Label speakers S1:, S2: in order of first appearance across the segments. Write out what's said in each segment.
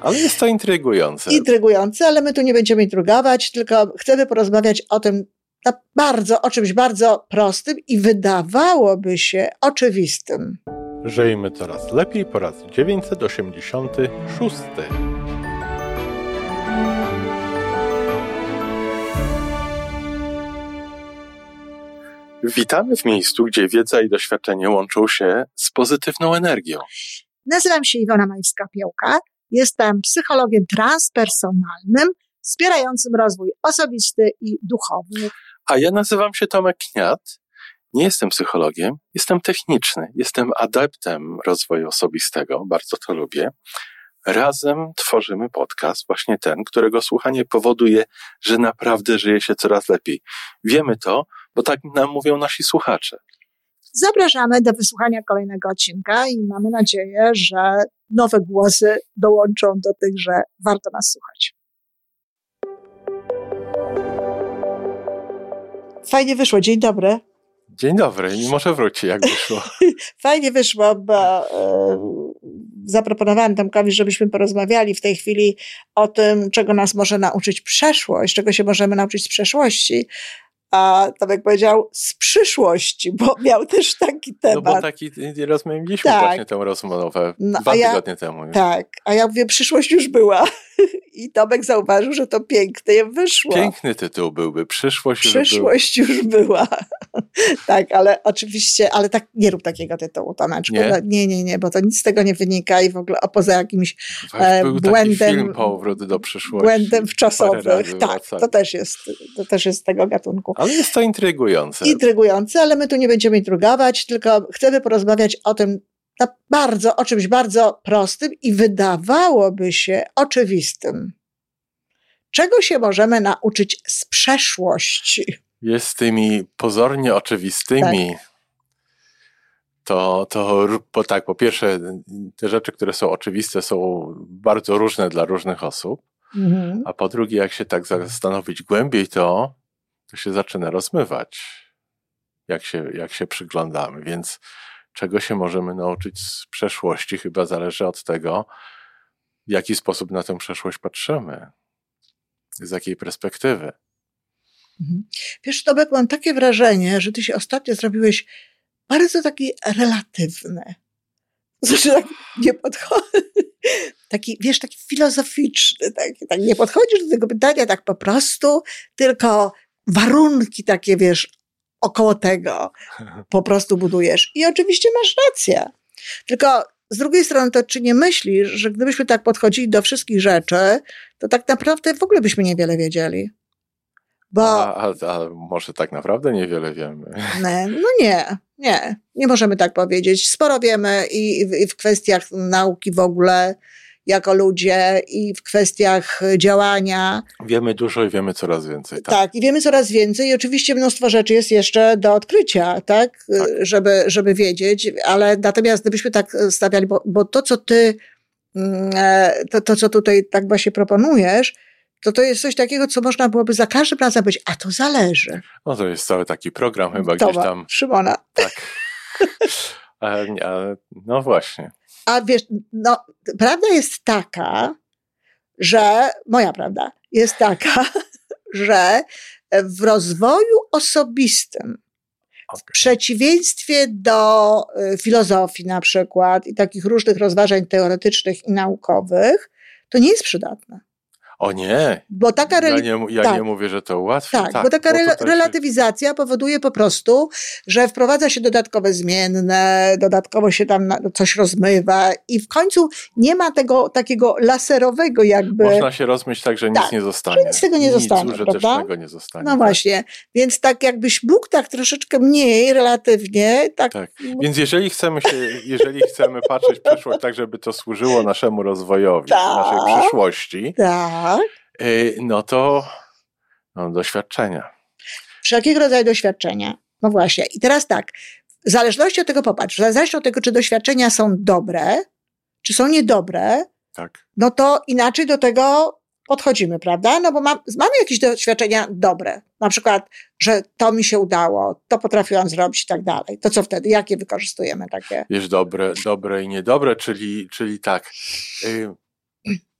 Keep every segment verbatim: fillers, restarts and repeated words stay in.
S1: Ale jest to intrygujące.
S2: Intrygujące, ale my tu nie będziemy intrygować, tylko chcemy porozmawiać o tym na bardzo, o czymś bardzo prostym i wydawałoby się oczywistym.
S1: Żyjmy coraz lepiej po raz dziewięćset osiemdziesiąty szósty. Witamy w miejscu, gdzie wiedza i doświadczenie łączą się z pozytywną energią.
S2: Nazywam się Iwona Majewska-Piołka. Jestem psychologiem transpersonalnym, wspierającym rozwój osobisty i duchowy.
S1: A ja nazywam się Tomek Kniat. Nie jestem psychologiem, jestem techniczny, jestem adeptem rozwoju osobistego, bardzo to lubię. Razem tworzymy podcast, właśnie ten, którego słuchanie powoduje, że naprawdę żyje się coraz lepiej. Wiemy to, bo tak nam mówią nasi słuchacze.
S2: Zapraszamy do wysłuchania kolejnego odcinka i mamy nadzieję, że nowe głosy dołączą do tych, że warto nas słuchać. Fajnie wyszło, dzień dobry.
S1: Dzień dobry, i może wróci, jak wyszło.
S2: Fajnie wyszło, bo e, zaproponowałam Tomkowi, żebyśmy porozmawiali w tej chwili o tym, czego nas może nauczyć przeszłość, czego się możemy nauczyć z przeszłości. A Tomek powiedział z przyszłości, bo miał też taki temat.
S1: No bo taki rozmawialiśmy
S2: tak.
S1: właśnie tę rozmowę
S2: no,
S1: dwa
S2: ja,
S1: tygodnie temu. Już.
S2: Tak, a ja mówię, przyszłość już była. I Tomek zauważył, że to pięknie wyszło.
S1: Piękny tytuł byłby, przyszłość,
S2: przyszłość już była. Przyszłość już była. Tak, ale oczywiście, ale tak nie rób takiego tytułu, Tomeczku. Nie? nie, nie, nie, bo to nic z tego nie wynika i w ogóle o, poza jakimś e,
S1: był
S2: błędem.
S1: Taki film Powrót do przyszłości.
S2: Błędem wczasowym. Tak, to też jest, to też jest z tego gatunku.
S1: Ale jest to intrygujące.
S2: Intrygujące, ale my tu nie będziemy intrygować, tylko chcemy porozmawiać o tym na bardzo, o czymś bardzo prostym i wydawałoby się oczywistym. Czego się możemy nauczyć z przeszłości?
S1: Jest tymi pozornie oczywistymi. Tak. To, to bo tak, po pierwsze, te rzeczy, które są oczywiste, są bardzo różne dla różnych osób. Mhm. A po drugie, jak się tak zastanowić głębiej, to, to się zaczyna rozmywać, jak się, jak się przyglądamy. Więc czego się możemy nauczyć z przeszłości, chyba zależy od tego, w jaki sposób na tę przeszłość patrzymy. Z jakiej perspektywy.
S2: Mhm. Wiesz, Tomek, mam takie wrażenie, że ty się ostatnio zrobiłeś bardzo taki relatywny. Znaczy tak nie podchodzi. Taki, wiesz, taki filozoficzny. Taki, tak nie podchodzisz do tego pytania tak po prostu, tylko warunki takie, wiesz, około tego po prostu budujesz. I oczywiście masz rację. Tylko z drugiej strony to czy nie myślisz, że gdybyśmy tak podchodzili do wszystkich rzeczy, to tak naprawdę w ogóle byśmy niewiele wiedzieli. Bo...
S1: A, a, a może tak naprawdę niewiele wiemy?
S2: Nie, no nie, nie. Nie możemy tak powiedzieć. Sporo wiemy i, i w kwestiach nauki w ogóle, jako ludzie, i w kwestiach działania.
S1: Wiemy dużo i wiemy coraz więcej. Tak,
S2: tak i wiemy coraz więcej i oczywiście mnóstwo rzeczy jest jeszcze do odkrycia, tak, tak. Żeby, żeby wiedzieć, ale natomiast gdybyśmy tak stawiali, bo, bo to, co ty, to, to, co tutaj tak właśnie proponujesz, to to jest coś takiego, co można byłoby za każdym razem powiedzieć, a to zależy.
S1: No to jest cały taki program chyba
S2: Towa,
S1: gdzieś tam.
S2: Szymona.
S1: Tak. ale, ale, no właśnie.
S2: A wiesz, no, prawda jest taka, że, moja prawda jest taka, że w rozwoju osobistym, okay. w przeciwieństwie do filozofii na przykład i takich różnych rozważań teoretycznych i naukowych, to nie jest przydatne.
S1: O nie,
S2: bo taka rel...
S1: ja, nie, ja
S2: tak.
S1: nie mówię, że to ułatwia.
S2: Tak,
S1: tak,
S2: bo taka
S1: bo
S2: rel-
S1: się...
S2: relatywizacja powoduje po prostu, że wprowadza się dodatkowe zmienne, dodatkowo się tam coś rozmywa i w końcu nie ma tego takiego laserowego jakby...
S1: Można się rozmyć tak, że nic
S2: tak,
S1: nie zostanie.
S2: Że nic z tego nie
S1: nic
S2: zostanie,
S1: użytecznego nie zostanie.
S2: No
S1: tak.
S2: właśnie, więc tak jakbyś mógł tak troszeczkę mniej relatywnie. Tak,
S1: tak. Więc jeżeli chcemy się, jeżeli chcemy patrzeć w przyszłość tak, żeby to służyło naszemu rozwojowi,
S2: tak,
S1: naszej przyszłości,
S2: tak.
S1: no to no, doświadczenia.
S2: Wszelkiego rodzaju doświadczenia. No właśnie. I teraz tak, w zależności od tego popatrz, w zależności od tego, czy doświadczenia są dobre, czy są niedobre,
S1: tak.
S2: no to inaczej do tego podchodzimy, prawda? No bo mam, mamy jakieś doświadczenia dobre. Na przykład, że to mi się udało, to potrafiłam zrobić i tak dalej. To co wtedy? Jakie wykorzystujemy takie?
S1: Wiesz, dobre, dobre i niedobre, czyli, czyli tak. Y-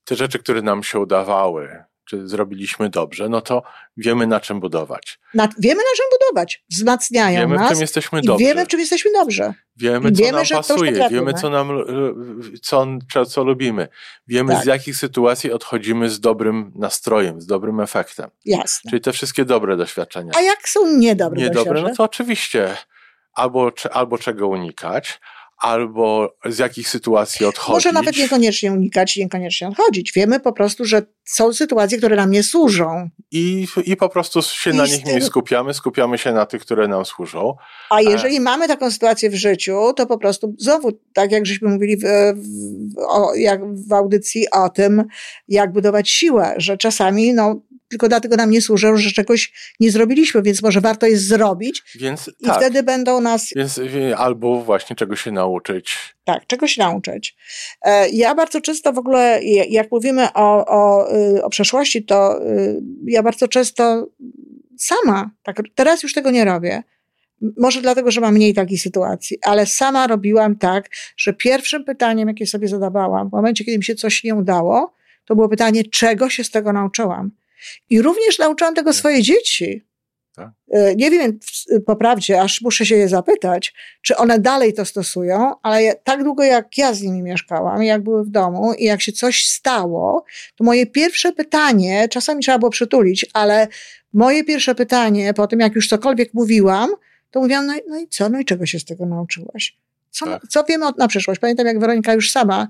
S1: te rzeczy, które nam się udawały, czy zrobiliśmy dobrze, no to wiemy, na czym budować.
S2: Na, wiemy, na czym budować. Wzmacniają
S1: wiemy,
S2: nas.
S1: Wiemy, w czym jesteśmy
S2: i
S1: dobrzy.
S2: Wiemy, w czym jesteśmy dobrze.
S1: Wiemy,
S2: I
S1: co
S2: wiemy,
S1: nam
S2: że
S1: pasuje. Wiemy, co nam, co, co, co lubimy. Wiemy, tak. z jakich sytuacji odchodzimy z dobrym nastrojem, z dobrym efektem.
S2: Jasne.
S1: Czyli te wszystkie dobre doświadczenia.
S2: A jak są niedobre
S1: Niedobre,
S2: doświadczenia?
S1: no to oczywiście albo, albo czego unikać, albo z jakich sytuacji odchodzić.
S2: Może nawet niekoniecznie unikać i niekoniecznie odchodzić. Wiemy po prostu, że są sytuacje, które nam nie służą.
S1: I, i po prostu się
S2: I
S1: na nich
S2: tym...
S1: nie skupiamy, skupiamy się na tych, które nam służą.
S2: A jeżeli A... mamy taką sytuację w życiu, to po prostu znowu, tak jak żeśmy mówili w, w, o, jak w audycji o tym, jak budować siłę, że czasami no, tylko dlatego nam nie służą, że czegoś nie zrobiliśmy, więc może warto jest zrobić
S1: więc,
S2: i
S1: tak.
S2: wtedy będą nas...
S1: Więc, albo właśnie czego się nauczyć.
S2: Tak, czegoś nauczyć. Ja bardzo często w ogóle, jak mówimy o, o, o przeszłości, to ja bardzo często sama, tak, teraz już tego nie robię, może dlatego, że mam mniej takich sytuacji, ale sama robiłam tak, że pierwszym pytaniem, jakie sobie zadawałam w momencie, kiedy mi się coś nie udało, to było pytanie, czego się z tego nauczyłam. I również nauczyłam tego swoje dzieci. Tak? Nie wiem po prawdzie, aż muszę się je zapytać, czy one dalej to stosują, ale tak długo jak ja z nimi mieszkałam, jak były w domu i jak się coś stało, to moje pierwsze pytanie, czasami trzeba było przytulić, ale moje pierwsze pytanie po tym, jak już cokolwiek mówiłam, to mówiłam, no, no i co, no i czego się z tego nauczyłaś? Co, tak. co wiemy na przyszłość? Pamiętam, jak Weronika już sama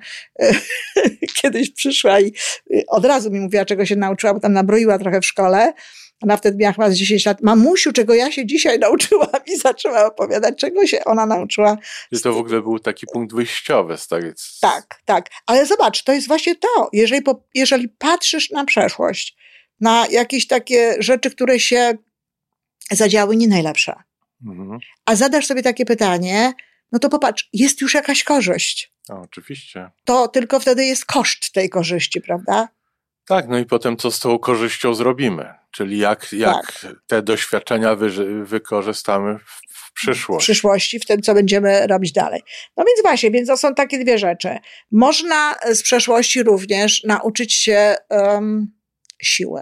S2: kiedyś przyszła i od razu mi mówiła, czego się nauczyła, bo tam nabroiła trochę w szkole. Ona wtedy miała chyba dziesięć lat. Mamusiu, czego ja się dzisiaj nauczyłam? I zaczęła opowiadać, czego się ona nauczyła.
S1: I to w ogóle był taki punkt wyjściowy. Tak,
S2: tak, tak. Ale zobacz, to jest właśnie to. Jeżeli, po, jeżeli patrzysz na przeszłość, na jakieś takie rzeczy, które się zadziały nie najlepsze, mhm. a zadasz sobie takie pytanie, no to popatrz, jest już jakaś korzyść.
S1: O, oczywiście.
S2: To tylko wtedy jest koszt tej korzyści, prawda?
S1: Tak, no i potem co z tą korzyścią zrobimy? Czyli jak, jak tak. te doświadczenia wy, wykorzystamy w, w przyszłości.
S2: W przyszłości, w tym, co będziemy robić dalej. No więc właśnie, więc to są takie dwie rzeczy. Można z przeszłości również nauczyć się um, siły.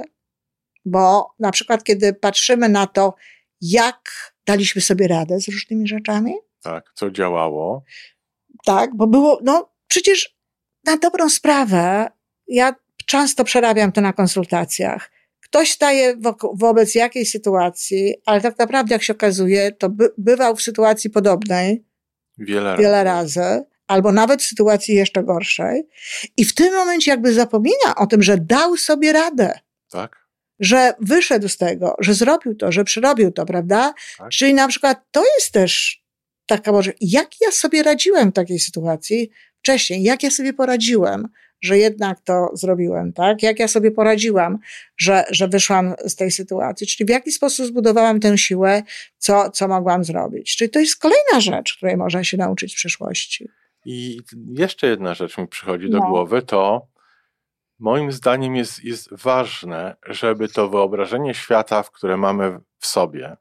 S2: Bo na przykład, kiedy patrzymy na to, jak daliśmy sobie radę z różnymi rzeczami.
S1: Tak, co działało.
S2: Tak, bo było, no przecież na dobrą sprawę, ja często przerabiam to na konsultacjach. Ktoś staje wo- wobec jakiejś sytuacji, ale tak naprawdę, jak się okazuje, to by, bywał w sytuacji podobnej
S1: wiele,
S2: wiele
S1: razy.
S2: razy, albo nawet w sytuacji jeszcze gorszej. I w tym momencie jakby zapomina o tym, że dał sobie radę.
S1: Tak.
S2: Że wyszedł z tego, że zrobił to, że przerobił to, prawda? Tak. Czyli na przykład to jest też taka może, jak ja sobie radziłem w takiej sytuacji wcześniej, jak ja sobie poradziłem, że jednak to zrobiłem, tak? Jak ja sobie poradziłam, że, że wyszłam z tej sytuacji, czyli w jaki sposób zbudowałam tę siłę, co, co mogłam zrobić. Czyli to jest kolejna rzecz, której można się nauczyć w przyszłości.
S1: I jeszcze jedna rzecz mi przychodzi do
S2: no.
S1: głowy, to moim zdaniem jest, jest ważne, żeby to wyobrażenie świata, w które mamy w sobie,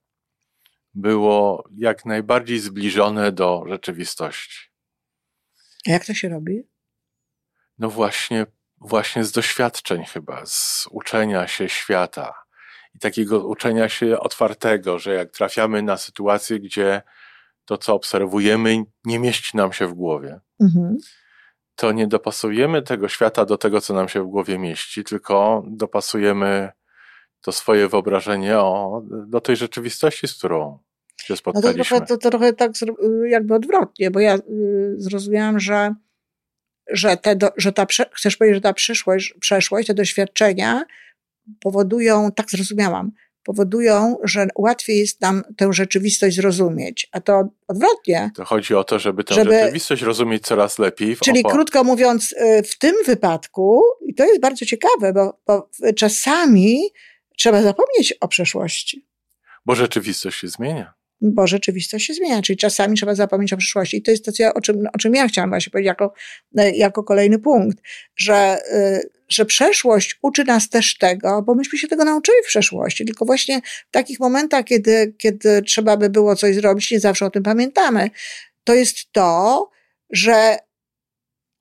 S1: było jak najbardziej zbliżone do rzeczywistości.
S2: A jak to się robi?
S1: No właśnie, właśnie z doświadczeń chyba, z uczenia się świata i takiego uczenia się otwartego, że jak trafiamy na sytuację, gdzie to, co obserwujemy, nie mieści nam się w głowie, mhm. to nie dopasujemy tego świata do tego, co nam się w głowie mieści, tylko dopasujemy to swoje wyobrażenie o, do tej rzeczywistości, z którą się spotkaliśmy.
S2: No to trochę, to, to trochę tak jakby odwrotnie, bo ja zrozumiałam, że że, te do, że ta, chcesz powiedzieć, że ta przyszłość, przeszłość, te doświadczenia powodują, tak zrozumiałam, powodują, że łatwiej jest nam tę rzeczywistość zrozumieć, a to odwrotnie.
S1: To chodzi o to, żeby tę żeby, rzeczywistość rozumieć coraz lepiej. W
S2: czyli opo- krótko mówiąc, w tym wypadku, i to jest bardzo ciekawe, bo, bo czasami trzeba zapomnieć o przeszłości.
S1: Bo rzeczywistość się zmienia.
S2: Bo rzeczywistość się zmienia, czyli czasami trzeba zapomnieć o przyszłości. I to jest to, co ja, o, czym, o czym ja chciałam właśnie powiedzieć jako, jako kolejny punkt, że, że przeszłość uczy nas też tego, bo myśmy się tego nauczyli w przeszłości, tylko właśnie w takich momentach, kiedy, kiedy trzeba by było coś zrobić, nie zawsze o tym pamiętamy. To jest to, że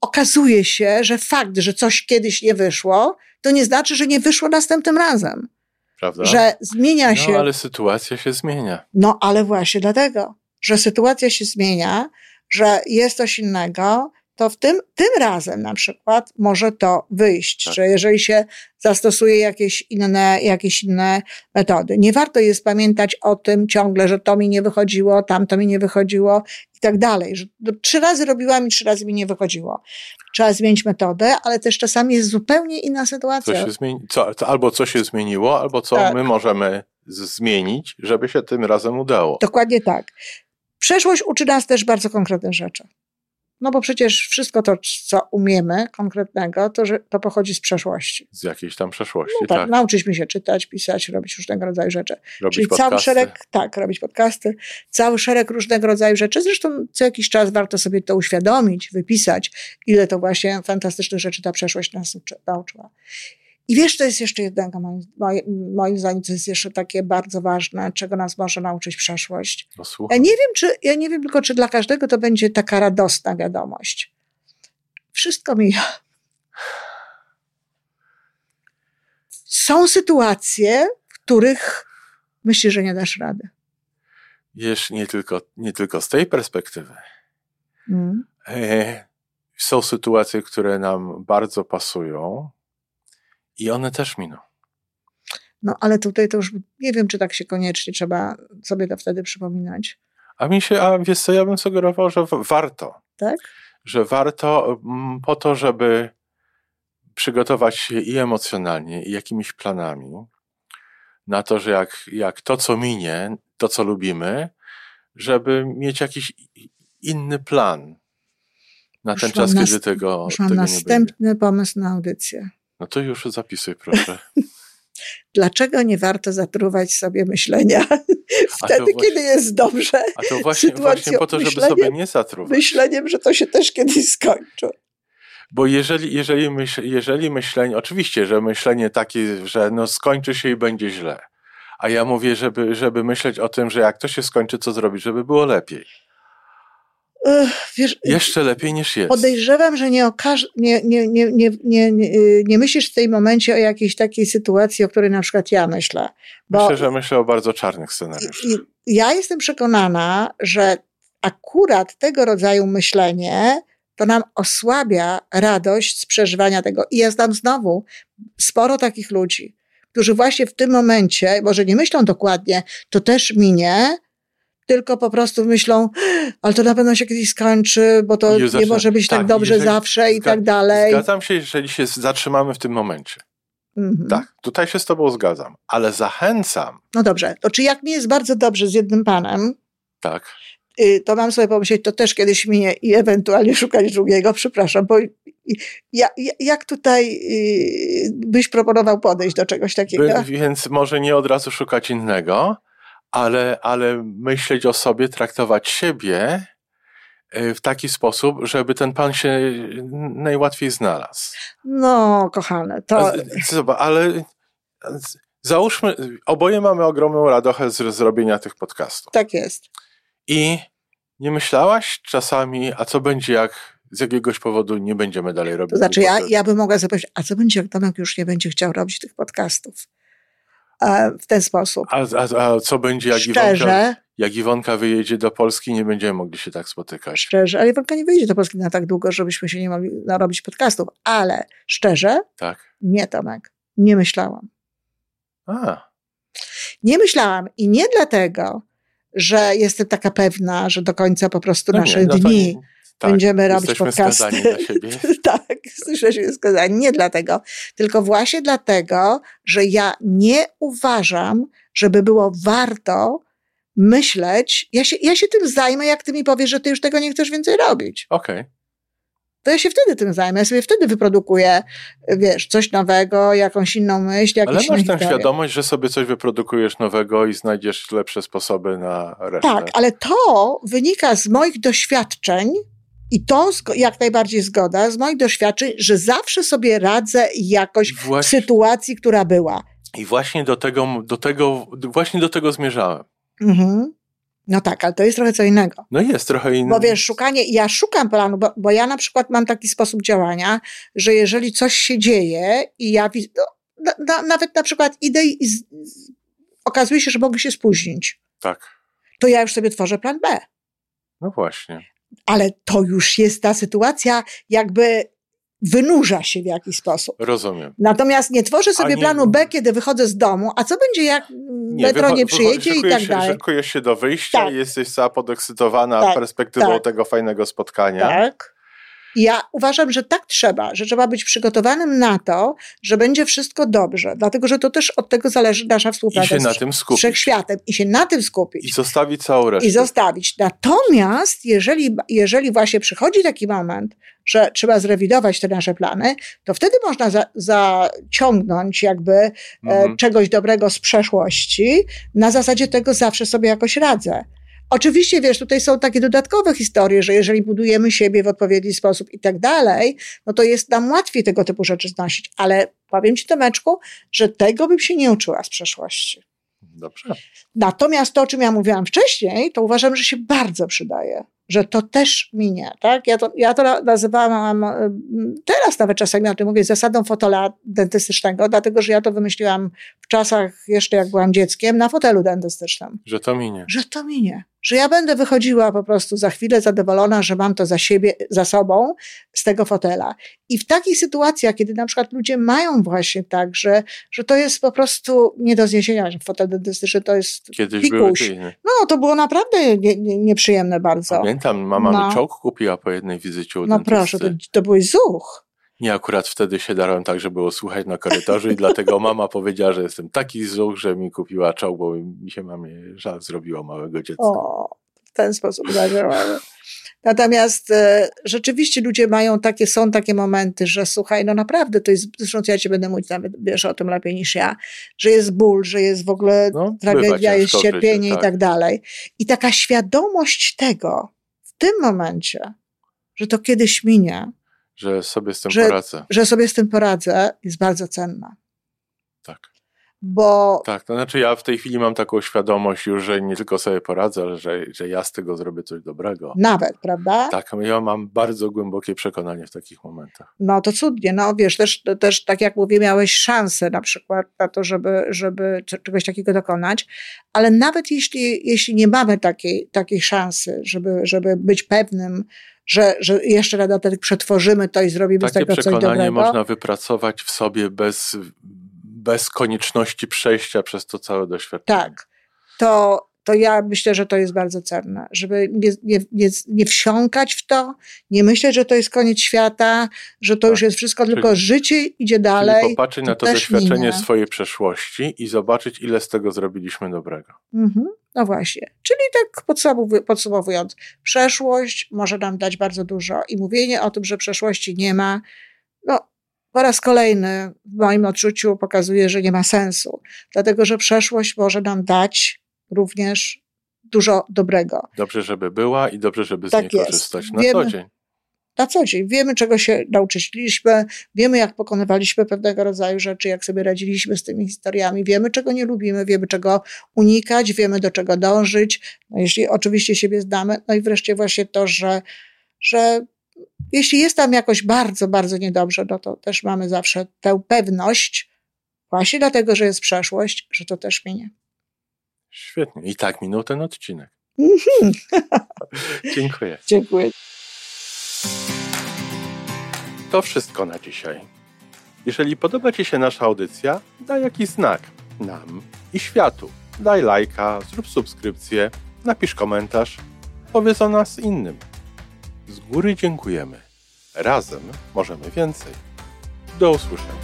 S2: okazuje się, że fakt, że coś kiedyś nie wyszło, to nie znaczy, że nie wyszło następnym razem.
S1: Prawda?
S2: Że zmienia się...
S1: No, ale sytuacja się zmienia.
S2: No, ale właśnie dlatego, że sytuacja się zmienia, że jest coś innego, to w tym, tym razem na przykład może to wyjść, tak. Że jeżeli się zastosuje jakieś inne, jakieś inne metody. Nie warto jest pamiętać o tym ciągle, że to mi nie wychodziło, tamto mi nie wychodziło i tak dalej. Że trzy razy robiłam i trzy razy mi nie wychodziło. Trzeba zmienić metodę, ale też czasami jest zupełnie inna sytuacja.
S1: Co się zmieni- co, to albo co się zmieniło, albo co tak. my możemy z- zmienić, żeby się tym razem udało.
S2: Dokładnie tak. Przeszłość uczy nas też bardzo konkretnych rzeczy. No bo przecież wszystko to, co umiemy konkretnego, to, że to pochodzi z przeszłości.
S1: Z jakiejś tam przeszłości,
S2: no tak,
S1: tak.
S2: Nauczyliśmy się czytać, pisać, robić różnego rodzaju rzeczy.
S1: Robić
S2: Czyli
S1: podcasty.
S2: cały szereg, tak, robić podcasty, cały szereg różnego rodzaju rzeczy. Zresztą co jakiś czas warto sobie to uświadomić, wypisać, ile to właśnie fantastycznych rzeczy ta przeszłość nas uczy, nauczyła. I wiesz, to jest jeszcze jednego, moim, moim zdaniem, to jest jeszcze takie bardzo ważne, czego nas może nauczyć przeszłość.
S1: No,
S2: ja nie wiem, czy, ja nie wiem tylko, czy dla każdego to będzie taka radosna wiadomość. Wszystko mija. Są sytuacje, w których myślisz, że nie dasz rady.
S1: Wiesz, nie tylko, nie tylko z tej perspektywy.
S2: Mm.
S1: E, są sytuacje, które nam bardzo pasują, i one też miną.
S2: No, ale tutaj to już nie wiem, czy tak się koniecznie trzeba sobie to wtedy przypominać.
S1: A mi się, a wiesz co, ja bym sugerował, że w- warto.
S2: Tak?
S1: Że warto m, po to, żeby przygotować się i emocjonalnie, i jakimiś planami na to, że jak, jak to, co minie, to, co lubimy, żeby mieć jakiś inny plan na
S2: już
S1: ten czas,
S2: nas-
S1: kiedy tego,
S2: już mam
S1: tego nie będzie.
S2: następny pomysł na audycję.
S1: No to już zapisuj, proszę.
S2: Dlaczego nie warto zatruwać sobie myślenia wtedy,
S1: właśnie,
S2: kiedy jest dobrze?
S1: A to właśnie, właśnie po to, żeby sobie nie zatruwać.
S2: Myśleniem, że to się też kiedyś skończy.
S1: Bo jeżeli, jeżeli, myśl, jeżeli myślenie, oczywiście, że myślenie takie, że no skończy się i będzie źle. A ja mówię, żeby, żeby myśleć o tym, że jak to się skończy, co zrobić, żeby było lepiej.
S2: Ech, wiesz,
S1: Jeszcze lepiej niż jest.
S2: Podejrzewam, że nie, okaż, nie, nie, nie, nie, nie, nie, nie myślisz w tej momencie o jakiejś takiej sytuacji, o której na przykład ja myślę. Bo
S1: Myślę, że myślę o bardzo czarnych scenariuszach.
S2: i, ja jestem przekonana, że akurat tego rodzaju myślenie to nam osłabia radość z przeżywania tego. I ja znam znowu sporo takich ludzi, którzy właśnie w tym momencie, może nie myślą dokładnie, to też minie, tylko po prostu myślą, ale to na pewno się kiedyś skończy, bo to nie
S1: zaczyna,
S2: może być tak, tak dobrze
S1: jeżeli,
S2: zawsze i
S1: zga,
S2: tak dalej.
S1: Zgadzam się, jeżeli się zatrzymamy w tym momencie. Mhm. Tak, tutaj się z tobą zgadzam, ale zachęcam.
S2: No dobrze, to czy jak mi jest bardzo dobrze z jednym panem,
S1: tak,
S2: to mam sobie pomyśleć, to też kiedyś minie i ewentualnie szukać drugiego, przepraszam, bo ja, jak tutaj byś proponował podejść do czegoś takiego?
S1: By, więc może nie od razu szukać innego, ale, ale myśleć o sobie, traktować siebie w taki sposób, żeby ten pan się najłatwiej znalazł.
S2: No, kochane, to...
S1: Zobacz, ale załóżmy, oboje mamy ogromną radochę z zrobienia tych podcastów.
S2: Tak jest.
S1: I nie myślałaś czasami, a co będzie, jak z jakiegoś powodu nie będziemy dalej robić?
S2: To znaczy, ja, ja bym mogła zapytać, a co będzie, jak Tomek już nie będzie chciał robić tych podcastów? W ten sposób.
S1: A, a, a co będzie, jak Iwonka, jak Iwonka wyjedzie do Polski, nie będziemy mogli się tak spotykać?
S2: Szczerze, ale Iwonka nie wyjedzie do Polski na tak długo, żebyśmy się nie mogli narobić podcastów. Ale szczerze,
S1: tak.
S2: Nie, Tomek, nie myślałam.
S1: A.
S2: Nie myślałam i nie dlatego, że jestem taka pewna, że do końca po prostu
S1: no
S2: nasze
S1: nie, no
S2: dni
S1: nie, tak,
S2: będziemy robić podcasty.
S1: Jesteśmy skazani na siebie.
S2: Tak, jesteśmy skazani. Nie dlatego, tylko właśnie dlatego, że ja nie uważam, żeby było warto myśleć, ja się, ja się tym zajmę, jak ty mi powiesz, że ty już tego nie chcesz więcej robić.
S1: Okej. Okay.
S2: To ja się wtedy tym zajmę, ja sobie wtedy wyprodukuję, wiesz, coś nowego, jakąś inną myśl, jakieś
S1: Ale masz tę świadomość, że sobie coś wyprodukujesz nowego i znajdziesz lepsze sposoby na resztę.
S2: Tak, ale to wynika z moich doświadczeń i to jak najbardziej zgoda, z moich doświadczeń, że zawsze sobie radzę jakoś właśnie, w sytuacji, która była.
S1: I właśnie do tego, do tego, właśnie do tego zmierzałem.
S2: Mhm. No tak, ale to jest trochę co innego.
S1: No jest trochę innego.
S2: Bo wiesz, szukanie, ja szukam planu, bo, bo ja na przykład mam taki sposób działania, że jeżeli coś się dzieje i ja widzę, no, na, na, nawet na przykład idę i z, z, okazuje się, że mogę się spóźnić.
S1: Tak.
S2: To ja już sobie tworzę plan B.
S1: No właśnie.
S2: Ale to już jest ta sytuacja, jakby wynurza się w jakiś sposób.
S1: Rozumiem.
S2: Natomiast nie tworzę sobie
S1: Ani...
S2: planu B, kiedy wychodzę z domu, a co będzie, jak
S1: nie,
S2: metro
S1: wycho-
S2: nie przyjedzie
S1: wycho-
S2: i tak
S1: się,
S2: dalej.
S1: Szykujesz się do wyjścia
S2: tak.
S1: i jesteś cała podekscytowana
S2: tak,
S1: perspektywą
S2: tak.
S1: tego fajnego spotkania.
S2: Tak. Ja uważam, że tak trzeba, że trzeba być przygotowanym na to, że będzie wszystko dobrze, dlatego że to też od tego zależy nasza współpraca
S1: I się
S2: z,
S1: na tym skupić.
S2: z wszechświatem i się na tym skupić.
S1: I zostawić całą resztę.
S2: I zostawić. Natomiast jeżeli, jeżeli właśnie przychodzi taki moment, że trzeba zrewidować te nasze plany, to wtedy można za, zaciągnąć jakby mhm. e, czegoś dobrego z przeszłości. Na zasadzie tego zawsze sobie jakoś radzę. Oczywiście, wiesz, tutaj są takie dodatkowe historie, że jeżeli budujemy siebie w odpowiedni sposób i tak dalej, no to jest nam łatwiej tego typu rzeczy znosić. Ale powiem ci, Tomeczku, że tego bym się nie uczyła z przeszłości.
S1: Dobrze.
S2: Natomiast to, o czym ja mówiłam wcześniej, to uważam, że się bardzo przydaje. Że to też minie, tak? Ja to, ja to nazywałam, teraz nawet czasami o tym mówię, zasadą fotela dentystycznego, dlatego, że ja to wymyśliłam w czasach jeszcze, jak byłam dzieckiem, na fotelu dentystycznym.
S1: Że to minie.
S2: Że to minie. Że ja będę wychodziła po prostu za chwilę zadowolona, że mam to za siebie, za sobą z tego fotela. I w takich sytuacjach, kiedy na przykład ludzie mają właśnie tak, że, że to jest po prostu nie do zniesienia, że fotel dentystyczny to jest
S1: Kiedyś
S2: pikuś.
S1: były
S2: No, to było naprawdę nie, nie, nieprzyjemne bardzo.
S1: Pamiętam, mama
S2: no.
S1: mi czołg kupiła po jednej wizycie u
S2: No
S1: dentysty.
S2: proszę, to, to byłeś zuch.
S1: Nie, akurat wtedy się darłem tak, że było słuchać na korytarzu i dlatego mama powiedziała, że jestem taki zuch, że mi kupiła czołg, bo mi się mamie żal zrobiło małego dziecka.
S2: O, w ten sposób zadziałamy. Natomiast e, rzeczywiście ludzie mają takie, są takie momenty, że słuchaj, no naprawdę to jest, zresztą ja ci będę mówić, nawet wiesz o tym lepiej niż ja, że jest ból, że jest w ogóle
S1: no,
S2: tragedia, jest cierpienie
S1: życie, tak.
S2: i tak dalej. I taka świadomość tego w tym momencie, że to kiedyś minie,
S1: że sobie z tym
S2: że,
S1: poradzę.
S2: Że sobie z tym poradzę, jest bardzo cenna.
S1: Tak.
S2: Bo...
S1: Tak, to znaczy ja w tej chwili mam taką świadomość już, że nie tylko sobie poradzę, ale że, że ja z tego zrobię coś dobrego.
S2: Nawet, prawda?
S1: Tak, ja mam bardzo głębokie przekonanie w takich momentach.
S2: No to cudnie, no wiesz, też, też tak jak mówię, miałeś szansę na przykład na to, żeby, żeby czegoś takiego dokonać, ale nawet jeśli, jeśli nie mamy takiej, takiej szansy, żeby, żeby być pewnym, że, że jeszcze na dodatek przetworzymy to i zrobimy
S1: takie
S2: z tego coś dobrego.
S1: Takie przekonanie można wypracować w sobie bez... bez konieczności przejścia przez to całe doświadczenie.
S2: Tak, to, to ja myślę, że to jest bardzo cenne, żeby nie, nie, nie, nie wsiąkać w to, nie myśleć, że to jest koniec świata, że to tak. już jest wszystko, czyli, tylko życie idzie dalej.
S1: Czyli popatrzeć na to doświadczenie minie. swojej przeszłości i zobaczyć, ile z tego zrobiliśmy dobrego.
S2: Mhm. No właśnie. Czyli tak podsumowując, przeszłość może nam dać bardzo dużo i mówienie o tym, że przeszłości nie ma, no po raz kolejny w moim odczuciu pokazuje, że nie ma sensu, dlatego że przeszłość może nam dać również dużo dobrego.
S1: Dobrze, żeby była i dobrze, żeby z
S2: tak
S1: niej
S2: jest.
S1: korzystać na
S2: Wiemy,
S1: co dzień.
S2: Na co dzień. Wiemy, czego się nauczyliśmy, wiemy, jak pokonywaliśmy pewnego rodzaju rzeczy, jak sobie radziliśmy z tymi historiami, wiemy, czego nie lubimy, wiemy, czego unikać, wiemy, do czego dążyć, no, jeśli oczywiście siebie znamy. No i wreszcie właśnie to, że, że jeśli jest tam jakoś bardzo, bardzo niedobrze, no to też mamy zawsze tę pewność, właśnie dlatego, że jest przeszłość, że to też minie.
S1: Świetnie. I tak minął ten odcinek. Dziękuję.
S2: Dziękuję.
S1: To wszystko na dzisiaj. Jeżeli podoba Ci się nasza audycja, daj jakiś znak nam i światu. Daj lajka, zrób subskrypcję, napisz komentarz, powiedz o nas innym. Z góry dziękujemy. Razem możemy więcej. Do usłyszenia.